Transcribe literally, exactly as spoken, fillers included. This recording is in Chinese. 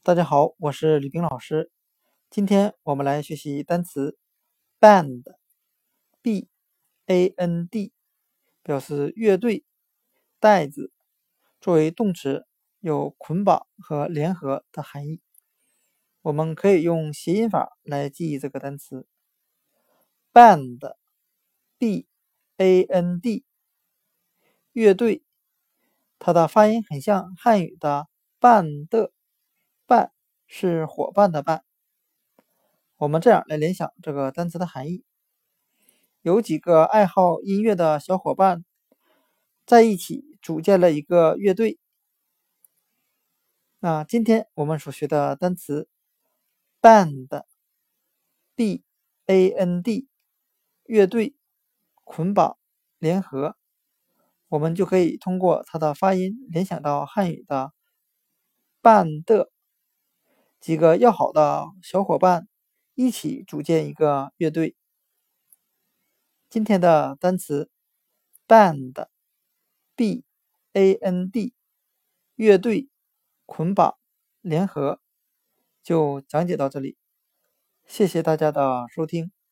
大家好，我是吕冰老师。今天我们来学习单词 band，b a n d， 表示乐队、带子，作为动词有捆绑和联合的含义。我们可以用谐音法来记忆这个单词 band，b a n d， 乐队，它的发音很像汉语的伴的，伴是伙伴的伴。我们这样来联想这个单词的含义：有几个爱好音乐的小伙伴在一起组建了一个乐队。那今天我们所学的单词 band，b a n d， 乐队、捆绑、联合，我们就可以通过它的发音联想到汉语的伴的，几个要好的小伙伴一起组建一个乐队。今天的单词 band，b a n d， 乐队、捆绑、联合，就讲解到这里。谢谢大家的收听。